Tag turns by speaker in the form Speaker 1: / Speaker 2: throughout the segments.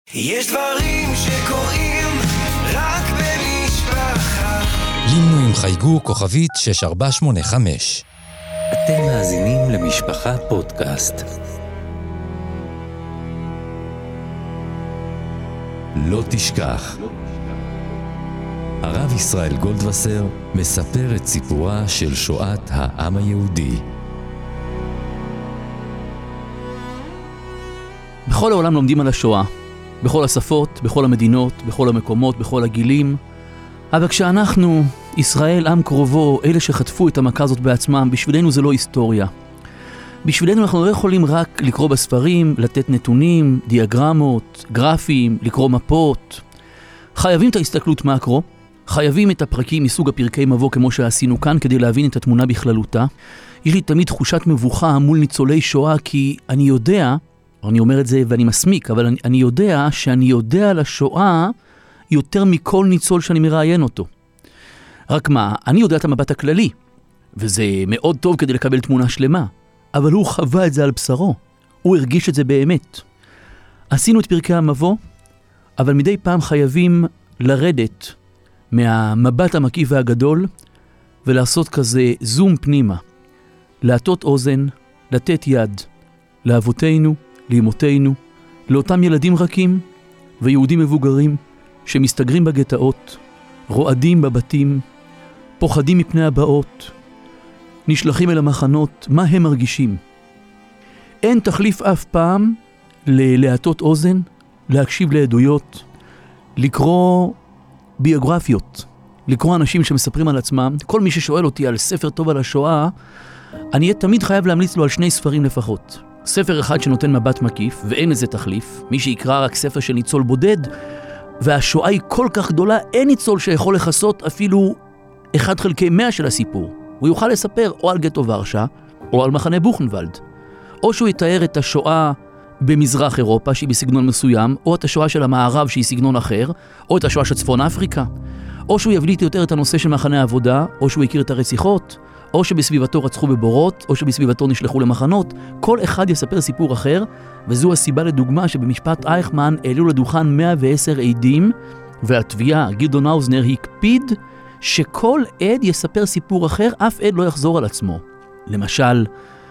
Speaker 1: יש דברים שקורים רק במשפחה.
Speaker 2: לינו עם חייגו כוכבית 6485.
Speaker 3: אתם מאזינים למשפחה פודקאסט. לא תשכח. הרב ישראל גולדווסר מספר את סיפורה של שואת העם היהודי.
Speaker 4: בכל העולם לומדים על השואה, בכל השפות, בכל המדינות, בכל המקומות, בכל הגילים. אבל כשאנחנו, ישראל, עם קרובו, אלה שחטפו את המכה הזאת בעצמם, בשבילנו זה לא היסטוריה. בשבילנו אנחנו לא יכולים רק לקרוא בספרים, לתת נתונים, דיאגרמות, גרפים, לקרוא מפות. חייבים את ההסתכלות מקרו, חייבים את הפרקים מסוג הפרקי מבוא כמו שעשינו כאן כדי להבין את התמונה בכללותה. יש לי תמיד תחושת מבוכה מול ניצולי שואה כי אני יודע, אני אומר את זה ואני מסמיק, אבל אני יודע שאני יודע על השואה יותר מכל ניצול שאני מראיין אותו. רק מה, אני יודע את המבט הכללי, וזה מאוד טוב כדי לקבל תמונה שלמה, אבל הוא חווה את זה על בשרו, הוא הרגיש את זה באמת. עשינו את פרקי המבוא, אבל מדי פעם חייבים לרדת מהמבט המקיף והגדול, ולעשות כזה זום פנימה, להטות אוזן, לתת יד, לאבותינו, לאמותינו, לאותם ילדים רכים ויהודים מבוגרים שמסתגרים בגטאות, רועדים בבתים, פוחדים מפני הבאות, נשלחים אל המחנות, מה הם מרגישים. אין תחליף אף פעם להטות אוזן, להקשיב לעדויות, לקרוא ביוגרפיות, לקרוא אנשים שמספרים על עצמם. כל מי ששואל אותי על ספר טוב על השואה, אני אהיה תמיד חייב להמליץ לו על 2 ספרים לפחות. ספר אחד שנותן מבט מקיף, ואין איזה תחליף. מי שיקרא רק ספר של ניצול בודד, והשואה היא כל כך גדולה, אין ניצול שיכול לחסות אפילו 1/100 של הסיפור. הוא יוכל לספר או על גטו ורשה, או על מחנה בוכנוולד. או שהוא יתאר את השואה במזרח אירופה, שהיא בסגנון מסוים, או את השואה של המערב, שהיא סגנון אחר, או את השואה של צפון אפריקה. או שהוא יבליט יותר את הנושא של מחנה העבודה, או שהוא יכיר את הרציחות, או שבסביבתו רצחו בבורות, או שבסביבתו נשלחו למחנות. כל אחד יספר סיפור אחר, וזו הסיבה לדוגמה שבמשפט אייכמן העלו לדוכן 110 עדים, והתביעה, גדעון האוזנר, הקפיד שכל עד יספר סיפור אחר, אף עד לא יחזור על עצמו. למשל,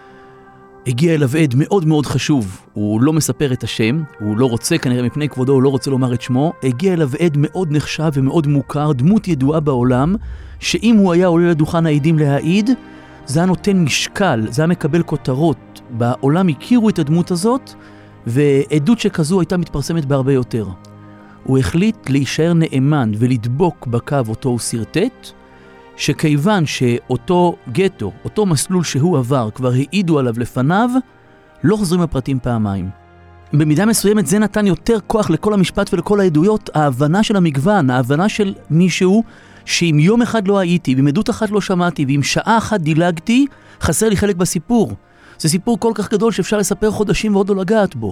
Speaker 4: הגיע אליו עד מאוד מאוד חשוב, הוא לא מספר את השם, הוא לא רוצה, כנראה מפני כבודו, הוא לא רוצה לומר את שמו. הגיע אליו עד מאוד נחשב ומאוד מוכר, דמות ידועה בעולם, שאם הוא היה עולה לדוכן העדים להעיד, זה היה נותן משקל, זה היה מקבל כותרות. בעולם הכירו את הדמות הזאת, ועדות שכזו הייתה מתפרסמת בהרבה יותר. הוא החליט להישאר נאמן ולדבוק בקו אותו הוא סרטט, שכיוון שאותו גטו, אותו מסלול שהוא עבר, כבר העידו עליו לפניו, לא חוזרים הפרטים פעמיים. במידה מסוימת זה נתן יותר כוח לכל המשפט ולכל העדויות, ההבנה של המגוון, ההבנה של מישהו שאם יום אחד לא הייתי, ואם עדות אחת לא שמעתי, ואם שעה אחת דילגתי, חסר לי חלק בסיפור. זה סיפור כל כך גדול שאפשר לספר חודשים ועוד לא לגעת בו.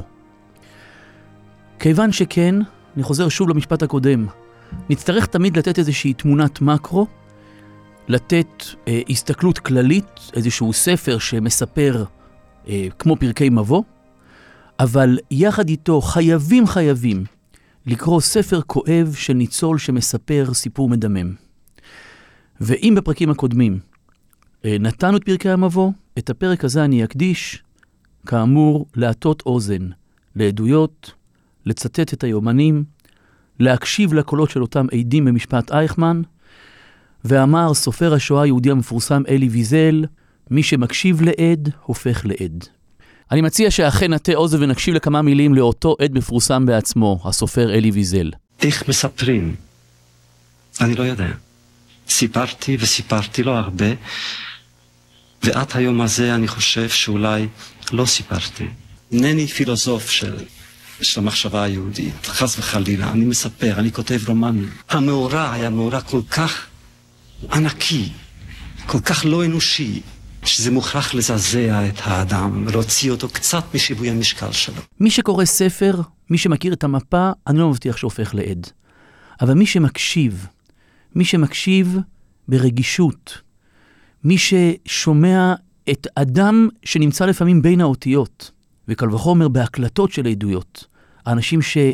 Speaker 4: כיוון שכן, אני חוזר שוב למשפט הקודם, נצטרך תמיד לתת איזושהי תמונת מקרו, לתת הסתכלות כללית, איזשהו ספר שמספר כמו פרקי מבוא, אבל יחד איתו חייבים לקרוא ספר כואב של ניצול שמספר סיפור מדמם. ואם בפרקים הקודמים נתנו את פרקי המבוא, את הפרק הזה אני אקדיש, כאמור, להטות אוזן, לעדויות, לצטט את היומנים, להקשיב לקולות של אותם עדים במשפט אייכמן, ואמר סופר השואה היהודי המפורסם אלי ויזל, מי שמקשיב לעד הופך לעד. אני מציע שאכן נטה אוזן ונקשיב לכמה מילים לאותו עד מפורסם בעצמו, הסופר אלי ויזל.
Speaker 5: איך מספרים? אני לא יודע. סיפרתי וסיפרתי לא הרבה, ועד היום הזה אני חושב שאולי לא סיפרתי. אינני פילוסוף של המחשבה היהודית, חס וחלילה, אני מספר, אני כותב רומנים. המאורע היה מאורע כל כך ענקי, כל כך לא אנושי, שזה מוכרח לזעזע את האדם, ולהוציא אותו קצת משיווי המשקל שלו.
Speaker 4: מי שקורא ספר, מי שמכיר את המפה, אני לא מבטיח שהופך לעד. אבל מי שמקשיב ברגישות, מי ששומע את אדם שנמצא לפעמים בין האותיות, וקל וחומר בהקלטות של עדויות, האנשים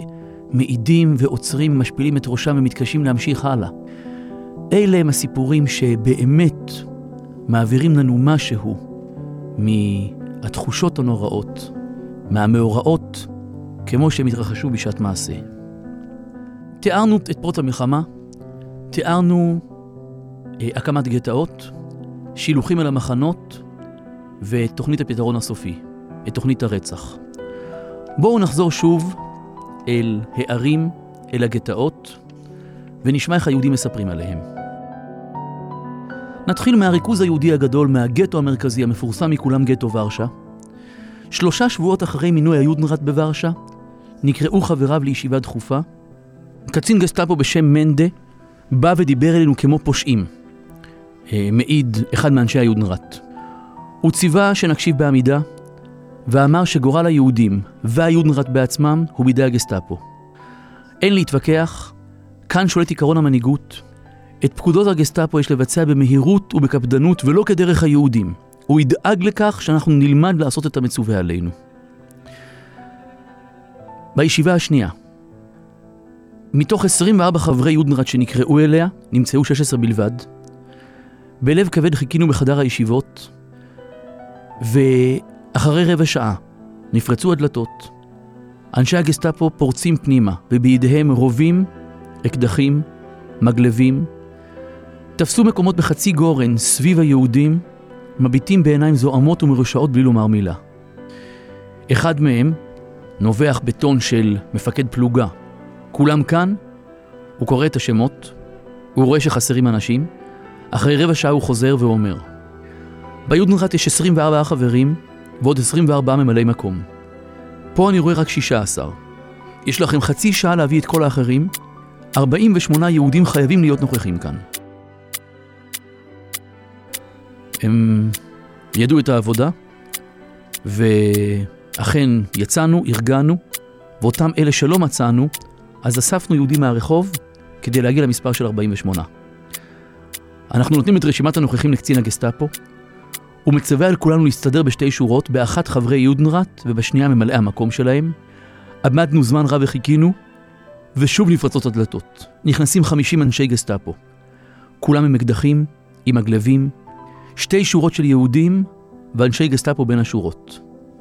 Speaker 4: מעידים ועוצרים, משפילים את ראשם ומתקשים להמשיך הלאה. אלה הם הסיפורים שבאמת מעבירים לנו משהו מהתחושות הנוראות, מהמאורעות, כמו שהם התרחשו בשעת מעשה. תיארנו את פרוץ המלחמה, תיארנו הקמת גטאות, שילוחים על המחנות, ואת תוכנית הפתרון הסופי, את תוכנית הרצח. בואו נחזור שוב אל הערים, אל הגטאות, ונשמע איך היהודים מספרים עליהם. נתחיל מהריכוז היהודי הגדול, מהגטו המרכזי המפורסם מכולם, גטו ורשה. 3 שבועות אחרי מינוי היודנראט בוורשה, נקראו חבריו לישיבה דחופה. קצין גסטאפו בשם מנדה בא ודיבר אלינו כמו פושעים. מעיד אחד מאנשי היודנראט. הוא ציווה שנקשיב בעמידה, ואמר שגורל היהודים והיודנראט בעצמם הוא בידי הגסטאפו. אין להתווכח, כאן שולט עיקרון המנהיגות. את פקודות הגסטאפו יש לבצע במהירות ובקפדנות ולא כדרך היהודים. הוא ידאג לכך שאנחנו נלמד לעשות את המצווה עלינו. בישיבה השנייה, מתוך 24 חברי יודנראט שנקראו אליה, נמצאו 16 בלבד. בלב כבד חיכינו בחדר הישיבות, ואחרי רבע שעה נפרצו הדלתות. אנשי הגסטאפו פורצים פנימה, ובידיהם רובים, אקדחים, מגלבים. תפסו מקומות בחצי גורן סביב היהודים, מביטים בעיניים זועמות ומרושעות בלי לומר מילה. אחד מהם נובח בטון של מפקד פלוגה. כולם כאן, הוא קורא את השמות, הוא רואה שחסרים אנשים. אחרי רבע שעה הוא חוזר ואומר, ביודנראט יש 24 חברים ועוד 24 ממלאי מקום. פה אני רואה רק 16. יש לכם חצי שעה להביא את כל האחרים. 48 יהודים חייבים להיות נוכחים כאן. הם ידעו את העבודה, ואכן יצאנו, ארגנו, ואותם אלה שלא מצאנו, אז אספנו יהודים מהרחוב כדי להגיע למספר של 48. אנחנו נותנים את רשימת הנוכחים לקצין הגסטאפו, הוא מצווה על כולנו להסתדר בשתי שורות, באחת חברי יודנראט ובשנייה ממלאי המקום שלהם. עמדנו זמן רב וחיכינו, ושוב נפרצות הדלתות. נכנסים 50 אנשי גסטאפו. כולם עם אקדחים, עם מגלבים, 2 שורות של יהודים ואנשי גסטאפו בין השורות.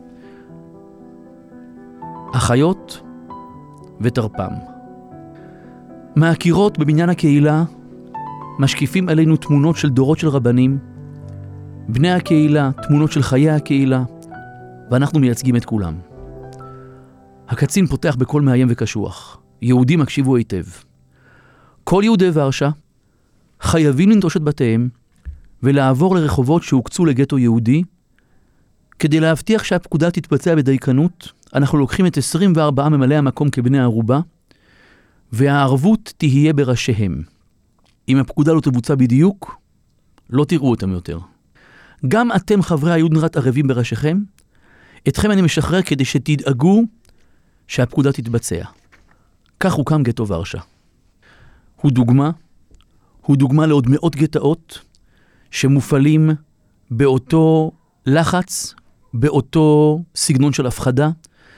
Speaker 4: אחיות ותרפם. מהקירות בבניין הקהילה משקיפים עלינו תמונות של דורות של רבנים, בני הקהילה, תמונות של חיי הקהילה, ואנחנו מייצגים את כולם. הקצין פותח בקול מאיים וקשוח. יהודים הקשיבו היטב. כל יהודי ורשה חייבים לנטוש את בתיהם ולעבור לרחובות שהוקצו לגטו יהודי. כדי להבטיח שהפקודה תתבצע בדייקנות, אנחנו לוקחים את 24 ממלאי המקום כבני הערובה, והערבות תהיה בראשיהם. אם הפקודה לא תבוצע בדיוק, לא תראו אותם יותר. גם אתם חברי היודנראט ערבים בראשיכם, אתכם אני משחרר כדי שתדאגו שהפקודה תתבצע. כך הוקם גטו ורשה. הוא דוגמה לעוד מאות גטאות שמופעלים באותו לחץ, באותו סגנון של הפחדה,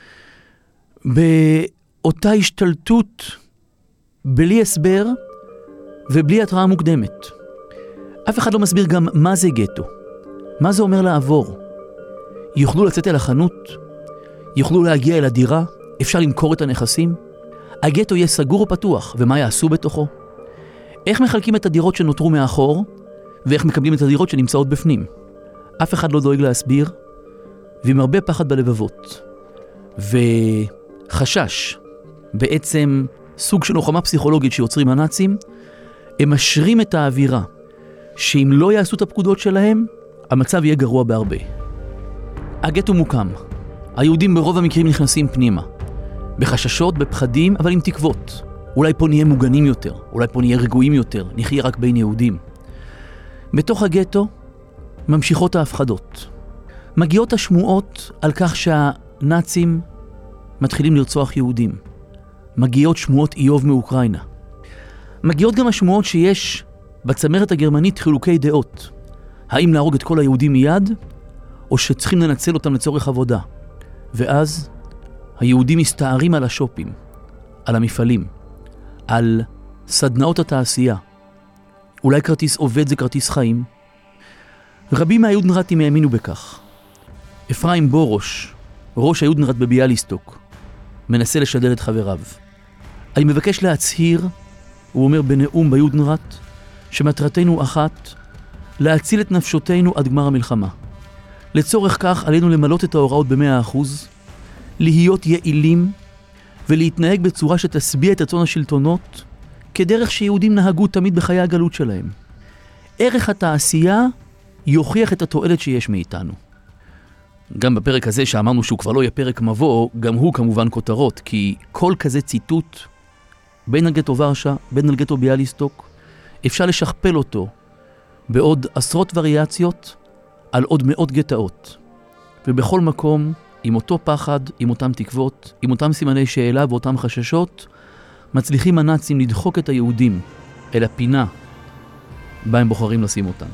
Speaker 4: באותה השתלטות בלי הסבר ובלי התראה מוקדמת. אף אחד לא מסביר גם מה זה גטו. מה זה אומר לעבור? יוכלו לצאת אל החנות? יוכלו להגיע אל הדירה? אפשר למכור את הנכסים? הגטו יהיה סגור או פתוח, ומה יעשו בתוכו? איך מחלקים את הדירות שנותרו מאחור, ואיך מקבלים את הדירות שנמצאות בפנים? אף אחד לא דואג להסביר, ועם הרבה פחד בלבבות. וחשש, בעצם סוג של לוחמה פסיכולוגית שיוצרים הנאצים, הם משרים את האווירה, שאם לא יעשו את הפקודות שלהם, המצב יהיה גרוע בהרבה. הגטו מוקם. היהודים ברוב המקרים נכנסים פנימה. בחששות, בפחדים, אבל עם תקוות. אולי פה נהיה מוגנים יותר, אולי פה נהיה רגועים יותר, נחיה רק בין יהודים. בתוך הגטו ממשיכות ההפחדות. מגיעות השמועות על כך שהנאצים מתחילים לרצוח יהודים. מגיעות שמועות איוב מאוקראינה. מגיעות גם השמועות שיש בצמרת הגרמנית חילוקי דעות. האם להרוג את כל היהודים מיד, או שצריכים לנצל אותם לצורך עבודה. ואז היהודים מסתערים על השופים, על המפעלים, על סדנאות התעשייה. אולי כרטיס עובד זה כרטיס חיים. רבים מהיודנרטים האמינו בכך. אפרים בורוש, ראש היודנרט בביאליסטוק, מנסה לשדל את חבריו. אני מבקש להצהיר, הוא אומר בנאום ביודנרט, שמטרתנו אחת, להציל את נפשותינו עד גמר המלחמה. לצורך כך עלינו למלות את ההוראות ב100%, להיות יעילים ולהתנהג בצורה שתשביע את רצון השלטונות, כדרך שיהודים נהגו תמיד בחיי הגלות שלהם. ערך התעשייה יוכיח את התועלת שיש מאיתנו. גם בפרק הזה שאמרנו שהוא כבר לא יהיה פרק מבוא, גם הוא כמובן כותרות, כי כל כזה ציטוט, בין על גטו ורשה, בין על גטו ביאליסטוק, אפשר לשכפל אותו בעוד עשרות וריאציות על עוד מאות גטאות. ובכל מקום, עם אותו פחד, עם אותם תקוות, עם אותם סימני שאלה ואותם חששות, מצליחים הנאצים לדחוק את היהודים אל הפינה בה הם בוחרים לשים אותם.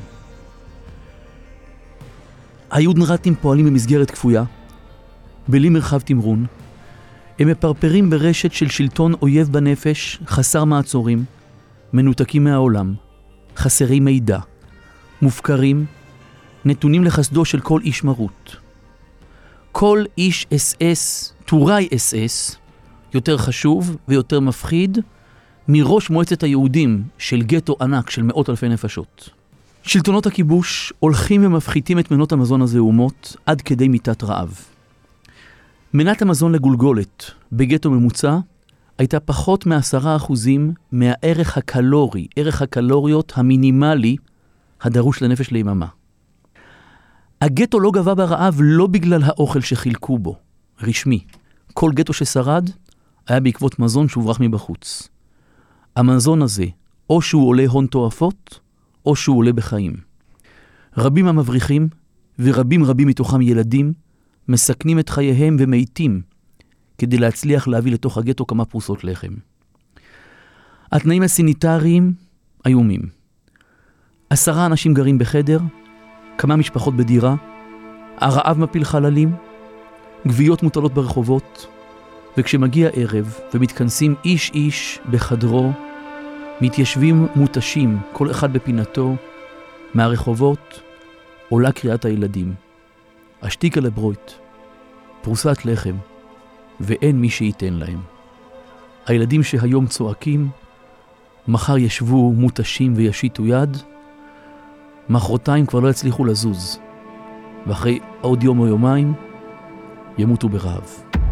Speaker 4: היודנרטים פועלים במסגרת כפויה, בלי מרחב תמרון. הם מפרפרים ברשת של שלטון אויב בנפש, חסר מעצורים, מנותקים מהעולם, חסרי מידע, מופקרים, נתונים לחסדו של כל איש מרות. כל איש אס-אס, טוראי אס-אס, יותר חשוב ויותר מפחיד מראש מועצת היהודים של גטו ענק של מאות אלפי נפשות. שלטונות הכיבוש הולכים ומפחיתים את מנות המזון הזעומות עד כדי מיטת רעב. מנת המזון לגולגולת בגטו ממוצע הייתה פחות מ10% מהערך הקלורי, ערך הקלוריות המינימלי הדרוש לנפש ליממה. הגטו לא גבה ברעב לא בגלל האוכל שחילקו בו, רשמי. כל גטו ששרד היה בעקבות מזון שהוברח מבחוץ. המזון הזה, או שהוא עולה הון תועפות, או שהוא עולה בחיים. רבים המבריחים, ורבים מתוכם ילדים, מסכנים את חייהם ומתים, כדי להצליח להביא לתוך הגטו כמה פרוסות לחם. התנאים הסניטריים איומים. 10 אנשים גרים בחדר, כמה משפחות בדירה, הרעב מפיל חללים, גוויות מוטלות ברחובות, וכשמגיע ערב ומתכנסים איש איש בחדרו, מתיישבים מותשים, כל אחד בפינתו, מהרחובות עולה קריאת הילדים. השתיקה לברויט, פרוסת לחם, ואין מי שייתן להם. הילדים שהיום צועקים, מחר ישבו מותשים וישיתו יד, מחרתיים כבר לא יצליחו לזוז, ואחרי עוד יום או יומיים ימותו ברעב.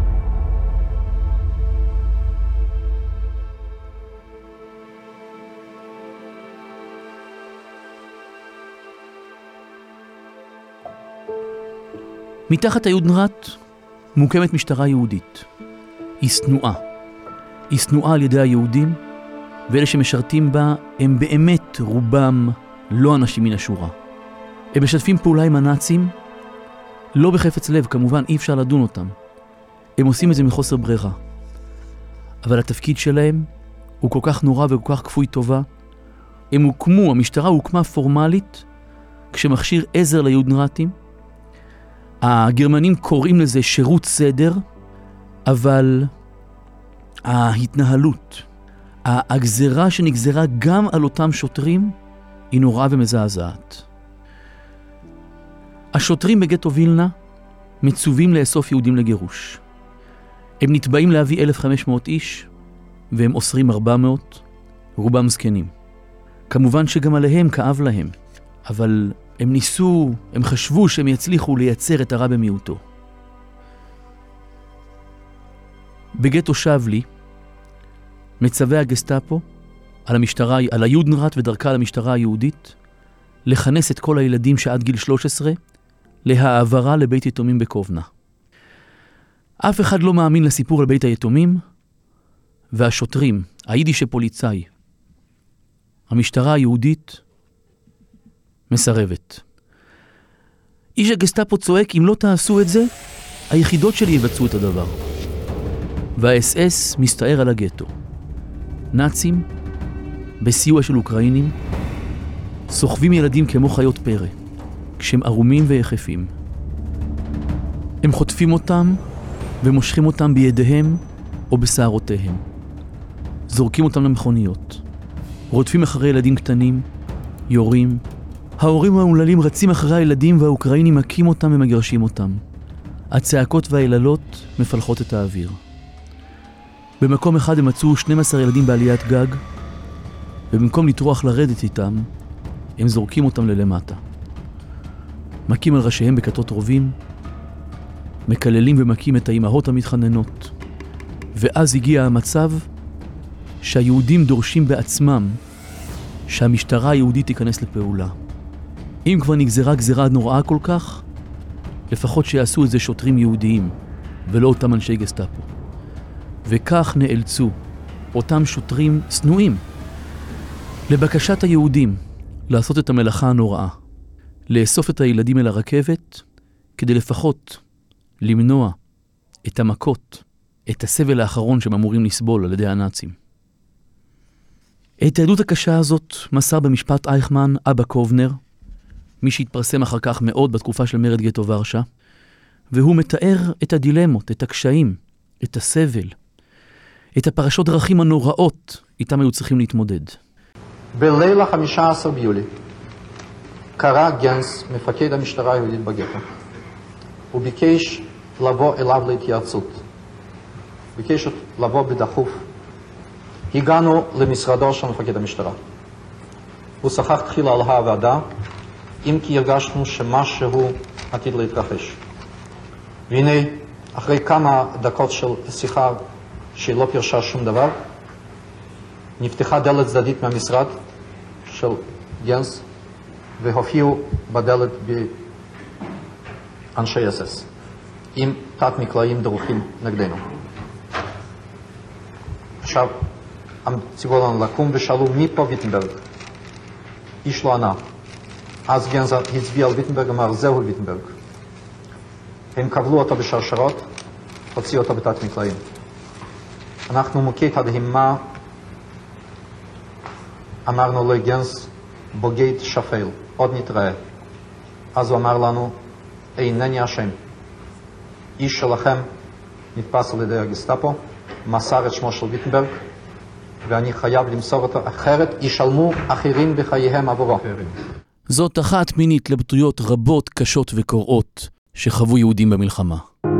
Speaker 4: מתחת היודנרט מוקמת משטרה יהודית. היא שנואה. היא שנואה על ידי היהודים, ואלה שמשרתים בה הם באמת רובם לא אנשים מן השורה. הם משתפים פעולה עם הנאצים, לא בחפץ לב, כמובן אי אפשר לדון אותם. הם עושים את זה מחוסר ברירה. אבל התפקיד שלהם הוא כל כך נורא וכל כך כפוי טובה. הם הוקמו, המשטרה הוקמה פורמלית, כשמכשיר עזר ליודנרטים. הגרמנים קוראים לזה שירות סדר, אבל ההתנהלות, הגזרה שנגזרה גם על אותם שוטרים, היא נוראה ומזעזעת. השוטרים בגטו וילנה מצווים לאסוף יהודים לגירוש. הם נתבעים להביא 1,500 איש, והם אוסרים 400, רובם זקנים. כמובן שגם עליהם כאב להם, אבל הם ניסו, הם חשבו שהם יצליחו לייצר את הרע במיעוטו. בגטו שבלי מצווה הגסטאפו על המשטרה, על היודנרט ודרכה על המשטרה היהודית, לכנס את כל הילדים שעד גיל 13 להעברה לבית יתומים בקובנה. אף אחד לא מאמין לסיפור על בית היתומים, והשוטרים, היידישה פוליצאי, המשטרה היהודית, מסרבת. איש הגסטאפו צועק, אם לא תעשו את זה, היחידות שלי יבצעו את הדבר. והאס-אס מסתער על הגטו. נאצים, בסיוע של אוקראינים, סוחבים ילדים כמו חיות פרא, כשהם ערומים ויחפים. הם חוטפים אותם ומושכים אותם בידיהם או בשערותיהם. זורקים אותם למכוניות. רודפים אחרי ילדים קטנים, יורים. ההורים האומללים רצים אחרי הילדים והאוקראינים מכים אותם ומגרשים אותם. הצעקות והיללות מפלחות את האוויר. במקום אחד הם מצאו 12 ילדים בעליית גג, ובמקום לטרוח לרדת איתם, הם זורקים אותם ללמטה. מכים על ראשיהם בכתות רובים, מקללים ומכים את האימהות המתחננות. ואז הגיע המצב שהיהודים דורשים בעצמם שהמשטרה היהודית תיכנס לפעולה. אם כבר נגזרה גזרה נוראה כל כך, לפחות שיעשו את זה שוטרים יהודיים, ולא אותם אנשי גסטאפו. וכך נאלצו אותם שוטרים סנועים לבקשת היהודים לעשות את המלאכה הנוראה, לאסוף את הילדים אל הרכבת, כדי לפחות למנוע את המכות, את הסבל האחרון שהם אמורים לסבול על ידי הנאצים. את העדות הקשה הזאת מסר במשפט אייכמן אבא קובנר, מי שהתפרסם אחר כך מאוד בתקופה של מרד גטו ורשה, והוא מתאר את הדילמות, את הקשיים, את הסבל, את הפרשות דרכים הנוראות איתם היו צריכים להתמודד.
Speaker 6: בליל 15 ביולי קרא גנץ, מפקד המשטרה היהודית בגטו. הוא ביקש לבוא אליו להתייעצות. ביקש לבוא בדחוף. הגענו למשרדו של מפקד המשטרה. הוא שוחח תחילה על הוועדה, אם כי הרגשנו שמשהו עתיד להתרחש. והנה, אחרי כמה דקות של שיחה שלא פירשה שום דבר, נפתחה דלת צדדית מהמשרד של גנץ, והופיעו בדלת באנשי אס-אס, עם תת מקלעים דרוכים נגדנו. עכשיו, ציוו לנו לקום ושאלו מי פה ויטנברג. איש לא ענה. אז גנץ הצביע על ויטנברג, אמר זהו ויטנברג. הם קבלו אותו בשרשרות, הוציאו אותו בתת מקלעים. אנחנו מוכי תדהמה, אמרנו לגנץ, בוגד שפל, עוד נתראה. אז הוא אמר לנו, אינני אשם. איש שלכם נתפס על ידי הגסטאפו, מסר את שמו של ויטנברג, ואני חייב למסור אותו, אחרת ישלמו אחרים בחייהם עבורו.
Speaker 4: זאת אחת מיני התלבטויות רבות, קשות וקוראות שחוו יהודים במלחמה.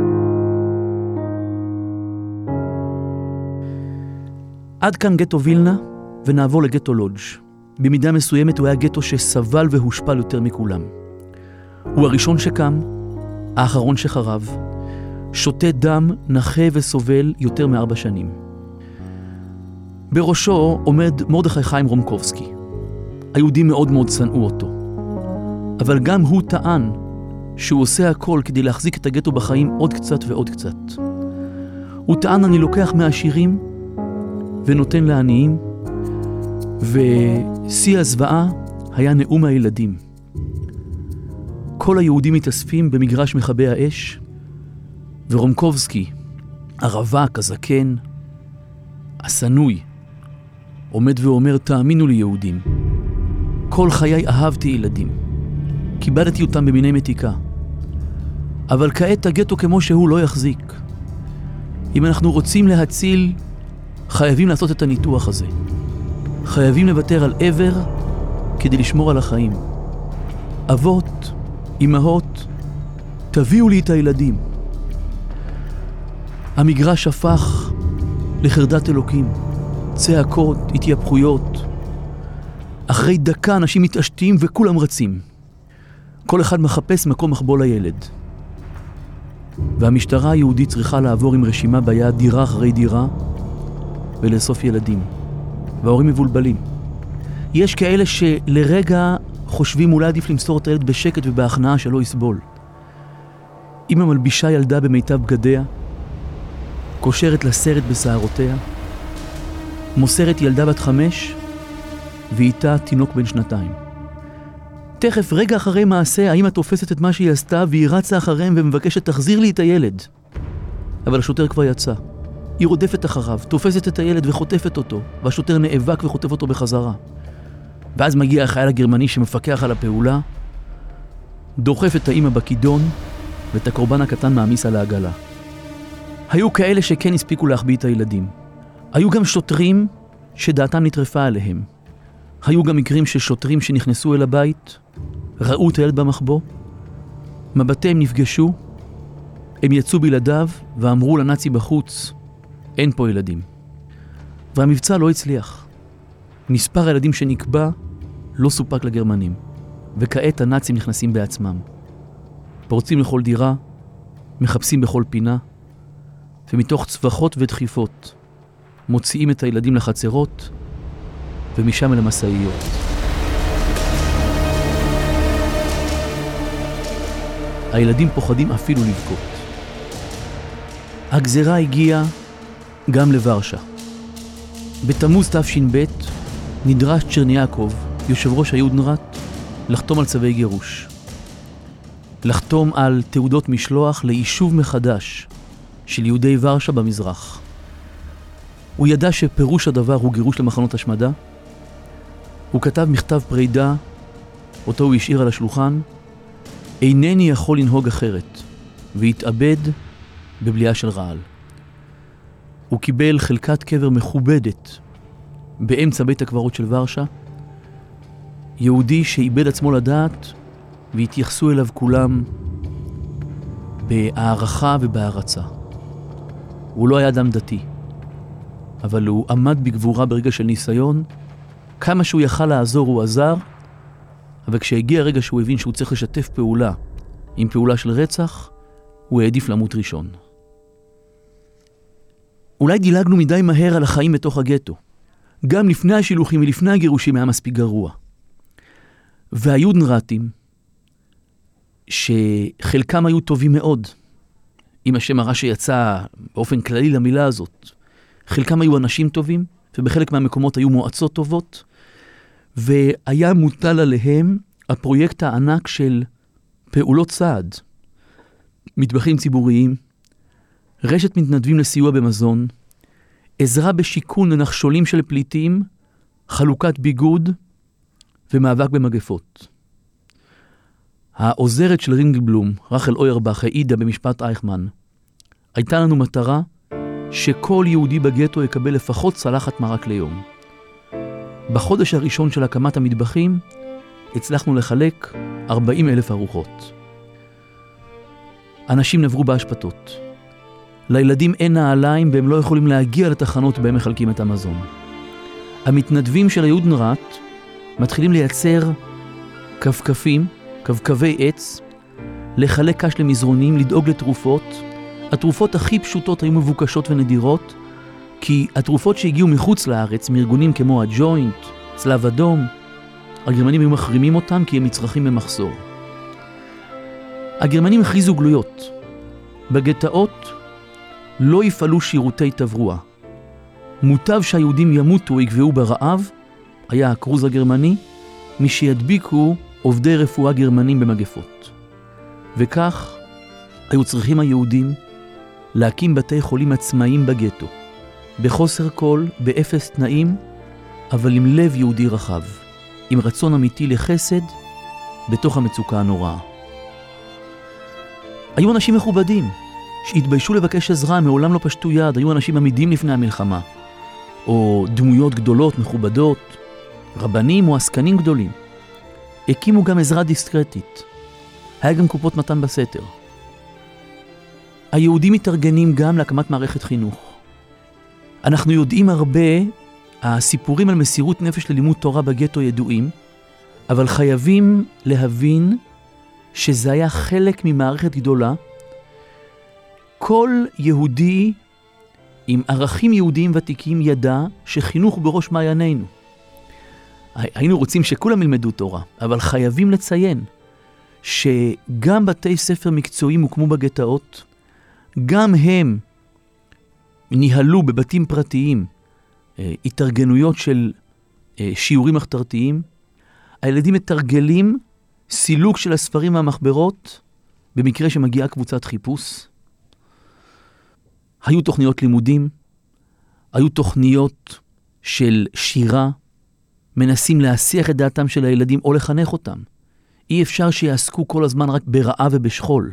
Speaker 4: עד כאן גטו וילנה, ונעבור לגטו לודג'. במידה מסוימת הוא היה גטו שסבל והושפל יותר מכולם. הוא הראשון שקם, האחרון שחרב, שותה דם, נחה וסובל יותר מ4 שנים. בראשו עומד מרדכי חיים רומקובסקי. היהודים מאוד מאוד שנאו אותו. אבל גם הוא טען שהוא עושה הכל כדי להחזיק את הגטו בחיים עוד קצת ועוד קצת. הוא טען, אני לוקח מהעשירים ונותן לעניים, ושיא הזוועה היה נאום הילדים. כל היהודים מתאספים במגרש מכבי האש, ורומקובסקי, הרווק, הזקן, הסנוי, עומד ואומר, תאמינו לי יהודים, כל חיי אהבתי ילדים, קיבלתי אותם במיני מתיקה, אבל כעת הגטו כמו שהוא לא יחזיק. אם אנחנו רוצים להציל, חייבים לעשות את הניתוח הזה. חייבים לוותר על עבר כדי לשמור על החיים. אבות, אמהות, תביאו לי את הילדים. המגרש הפך לחרדת אלוקים, צעקות, התייפחויות. אחרי דקה אנשים מתעשתים וכולם רצים. כל אחד מחפש מקום מחבוא לילד. והמשטרה היהודית צריכה לעבור עם רשימה ביד דירה אחרי דירה ולאסוף ילדים. וההורים מבולבלים. יש כאלה שלרגע חושבים אולי עדיף למסור את הילד בשקט ובהכנעה שלא יסבול. אמא מלבישה ילדה במיטב בגדיה, קושרת לסרט בשערותיה, מוסרת ילדה בת 5 ואיתה תינוק בן 2. תכף רגע אחרי מעשה האמא תופסת את מה שהיא עשתה והיא רצה אחריהם ומבקשת תחזיר לי את הילד. אבל השוטר כבר יצא. היא רודפת אחריו, תופסת את הילד וחוטפת אותו, והשוטר נאבק וחוטף אותו בחזרה. ואז מגיע החייל הגרמני שמפקח על הפעולה, דוחף את האמא בכידון, ואת הקורבן הקטן מעמיס על העגלה. היו כאלה שכן הספיקו להחביא את הילדים. היו גם שוטרים שדעתם נטרפה עליהם. היו גם מקרים של שוטרים שנכנסו אל הבית, ראו את הילד במחבוא, מבטיהם נפגשו, הם יצאו בלעדיו ואמרו לנאצי בחוץ, אין פה ילדים. והמבצע לא הצליח. מספר הילדים שנקבע לא סופק לגרמנים, וכעת הנאצים נכנסים בעצמם. פורצים לכל דירה, מחפשים בכל פינה, ומתוך צווחות ודחיפות מוציאים את הילדים לחצרות, ומשם אל המשאיות. הילדים פוחדים אפילו לבכות. הגזרה הגיעה גם לוורשה. בתמוז תש"ב נדרש צ'רניאקוב, יושב ראש היודנראט, לחתום על צווי גירוש. לחתום על תעודות משלוח ליישוב מחדש של יהודי ורשה במזרח. הוא ידע שפירוש הדבר הוא גירוש למחנות השמדה. הוא כתב מכתב פרידה, אותו הוא השאיר על השולחן, אינני יכול לנהוג אחרת, והתאבד בבליעה של רעל. הוא קיבל חלקת קבר מכובדת באמצע בית הקברות של ורשה, יהודי שאיבד עצמו לדעת, והתייחסו אליו כולם בהערכה ובהערצה. הוא לא היה אדם דתי, אבל הוא עמד בגבורה ברגע של ניסיון, כמה שהוא יכל לעזור הוא עזר, אבל כשהגיע הרגע שהוא הבין שהוא צריך לשתף פעולה עם פעולה של רצח, הוא העדיף למות ראשון. אולי דילגנו מדי מהר על החיים בתוך הגטו. גם לפני השילוחים ולפני הגירושים היה מספיק גרוע. והיודנראטים, שחלקם היו טובים מאוד, עם השם הרע שיצא באופן כללי למילה הזאת, חלקם היו אנשים טובים, ובחלק מהמקומות היו מועצות טובות, והיה מוטל עליהם הפרויקט הענק של פעולות צעד, מטבחים ציבוריים, רשת מתנדבים לסיוע במזון, עזרה בשיקון לנחשולים של פליטים, חלוקת ביגוד ומאבק במגפות. העוזרת של רינגלבלום, רחל אוירבך, העידה במשפט אייכמן, הייתה לנו מטרה שכל יהודי בגטו יקבל לפחות צלחת מרק ליום. בחודש הראשון של הקמת המטבחים הצלחנו לחלק 40,000 ארוחות. אנשים נברו בהשפטות. לילדים אין נעליים והם לא יכולים להגיע לתחנות בהם מחלקים את המזון. המתנדבים של היודנראט מתחילים לייצר כבכפים, כבכבי עץ, לחלק קש למזרונים, לדאוג לתרופות. התרופות הכי פשוטות היו מבוקשות ונדירות, כי התרופות שהגיעו מחוץ לארץ, מארגונים כמו הג'וינט, צלב אדום, הגרמנים היו מחרימים אותם כי הם מצרכים במחסור. הגרמנים הכריזו גלויות. בגטאות לא יפעלו שירותי תברוע. מוטב שהיהודים ימותו או יגוועו ברעב, היה הקרוז הגרמני, מי שידביקו עובדי רפואה גרמנים במגפות. וכך היו צריכים היהודים להקים בתי חולים עצמאיים בגטו, בחוסר כל, באפס תנאים, אבל עם לב יהודי רחב, עם רצון אמיתי לחסד בתוך המצוקה הנוראה. היו אנשים מכובדים שהתביישו לבקש עזרה, מעולם לא פשטו יד, היו אנשים עמידים לפני המלחמה, או דמויות גדולות, מכובדות, רבנים או עסקנים גדולים. הקימו גם עזרה דיסקרטית. היה גם קופות מתן בסתר. היהודים מתארגנים גם להקמת מערכת חינוך. אנחנו יודעים הרבה, הסיפורים על מסירות נפש ללימוד תורה בגטו ידועים, אבל חייבים להבין שזה היה חלק ממערכת גדולה. כל יהודי עם ערכים יהודיים ותיקים ידע שחינוך בראש מעיינינו. היינו רוצים שכולם ילמדו תורה, אבל חייבים לציין שגם בתי ספר מקצועיים הוקמו בגטאות, גם הם ניהלו בבתים פרטיים התארגנויות של שיעורים מחתרתיים. הילדים מתרגלים סילוק של הספרים והמחברות במקרה שמגיעה קבוצת חיפוש. היו תוכניות לימודים, היו תוכניות של שירה, מנסים להסיח את דעתם של הילדים או לחנך אותם. אי אפשר שיעסקו כל הזמן רק ברעב ובשכול.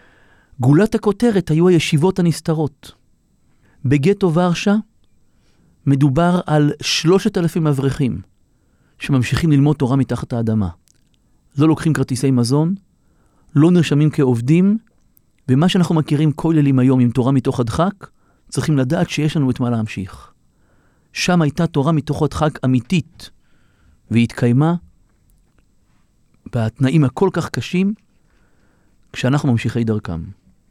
Speaker 4: גולת הכותרת היו הישיבות הנסתרות. בגטו ורשה מדובר על 3,000 אברכים שממשיכים ללמוד תורה מתחת האדמה. לא לוקחים כרטיסי מזון, לא נרשמים כעובדים, ומה שאנחנו מכירים כוללים היום עם תורה מתוך הדחק, צריכים לדעת שיש לנו את מה להמשיך. שם הייתה תורה מתוך הדחק אמיתית, והיא התקיימה בתנאים הכל כך קשים, כשאנחנו ממשיכי דרכם.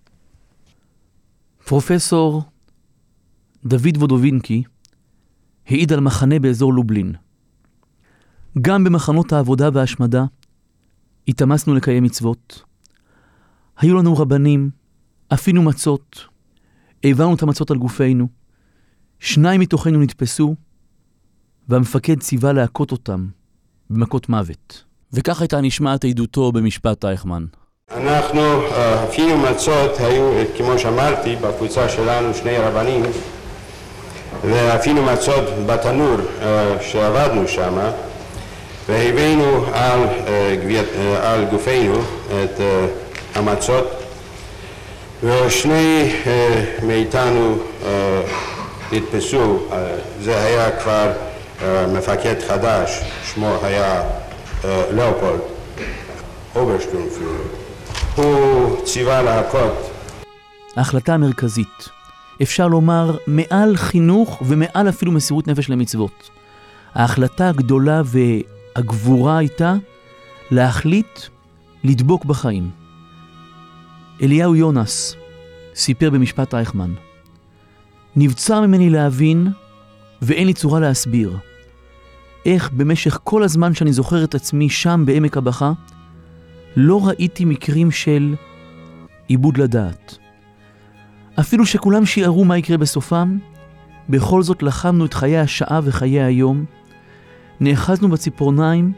Speaker 4: פרופסור דוד וודובינקי העיד על מחנה באזור לובלין. גם במחנות העבודה וההשמדה התאמצנו לקיים מצוות. היו לנו רבנים, אפינו מצות, העברנו את המצות על גופנו, 2 מתוכנו נתפסו, והמפקד ציווה להכות אותם במכות מוות. וכך הייתה נשמעת עדותו במשפט אייכמן.
Speaker 7: אנחנו אפינו מצות, היו, כמו שאמרתי, בקבוצה שלנו 2 רבנים, ואפינו מצות בתנור שעבדנו שם, והבאנו על גופנו את המצות, ו2 מאיתנו נתפסו. זה היה כבר מפקד חדש, שמו היה לאופולד אוברשטרומפלד. הוא ציווה להכות.
Speaker 4: ההחלטה המרכזית, אפשר לומר מעל חינוך ומעל אפילו מסירות נפש למצוות. ההחלטה הגדולה והגבורה הייתה להחליט לדבוק בחיים. אליהו יונס סיפר במשפט אייכמן, נבצר ממני להבין ואין לי צורה להסביר איך במשך כל הזמן שאני זוכר את עצמי שם בעמק הבכה, לא ראיתי מקרים של איבוד לדעת. אפילו שכולם שיערו מה יקרה בסופם, בכל זאת לחמנו את חיי השעה וחיי היום, נאחזנו בציפורניים,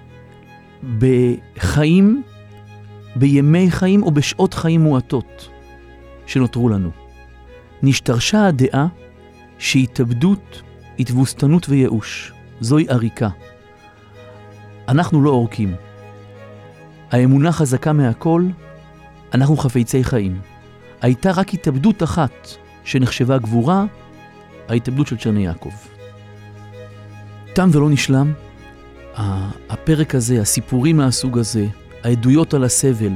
Speaker 4: בחיים, בימי חיים או בשעות חיים מועטות שנותרו לנו. נשתרשה הדעה שהתאבדות, התבוסתנות וייאוש, זוהי עריקה. אנחנו לא אורקים. האמונה חזקה מהכל, אנחנו חפצי חיים. הייתה רק התאבדות אחת שנחשבה גבורה, ההתאבדות של צ'רני יעקב. תם ולא נשלם, הפרק הזה, הסיפורים מהסוג הזה, העדויות על הסבל,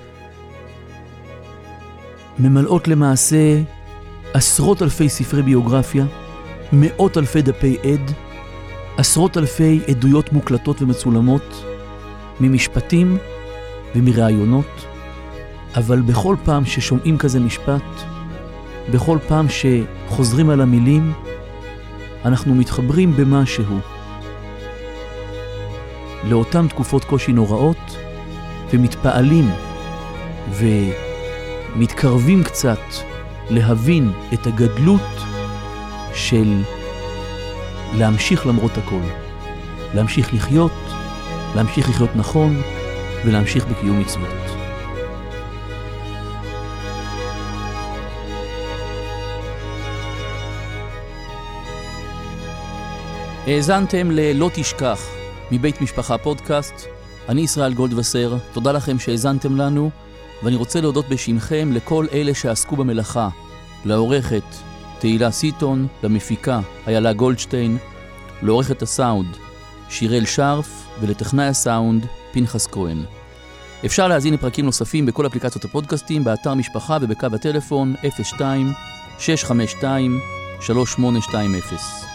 Speaker 4: ממלאות למעשה עשרות אלפי ספרי ביוגרפיה, 100,000 דפי עד, עשרות אלפי עדויות מוקלטות ומצולמות, ממשפטים ומראיונות, אבל בכל פעם ששומעים כזה משפט, בכל פעם שחוזרים על המילים, אנחנו מתחברים במשהו לאותן תקופות קושי נוראות, ומתפעלים ומתקרבים קצת להבין את הגדלות של להמשיך למרות הכל. להמשיך לחיות נכון, ולהמשיך בקיום מצוות. האזנתם ל"לא תשכח" מבית משפחה פודקאסט. אני ישראל גולדווסר, תודה לכם שהאזנתם לנו, ואני רוצה להודות בשמכם לכל אלה שעסקו במלאכה, לעורכת תהילה סיטון, למפיקה איילה גולדשטיין, לעורכת הסאונד שירל שרף, ולטכנאי הסאונד פנחס כהן. אפשר להזין לפרקים נוספים בכל אפליקציות הפודקאסטים, באתר משפחה ובקו הטלפון 02-652-3820.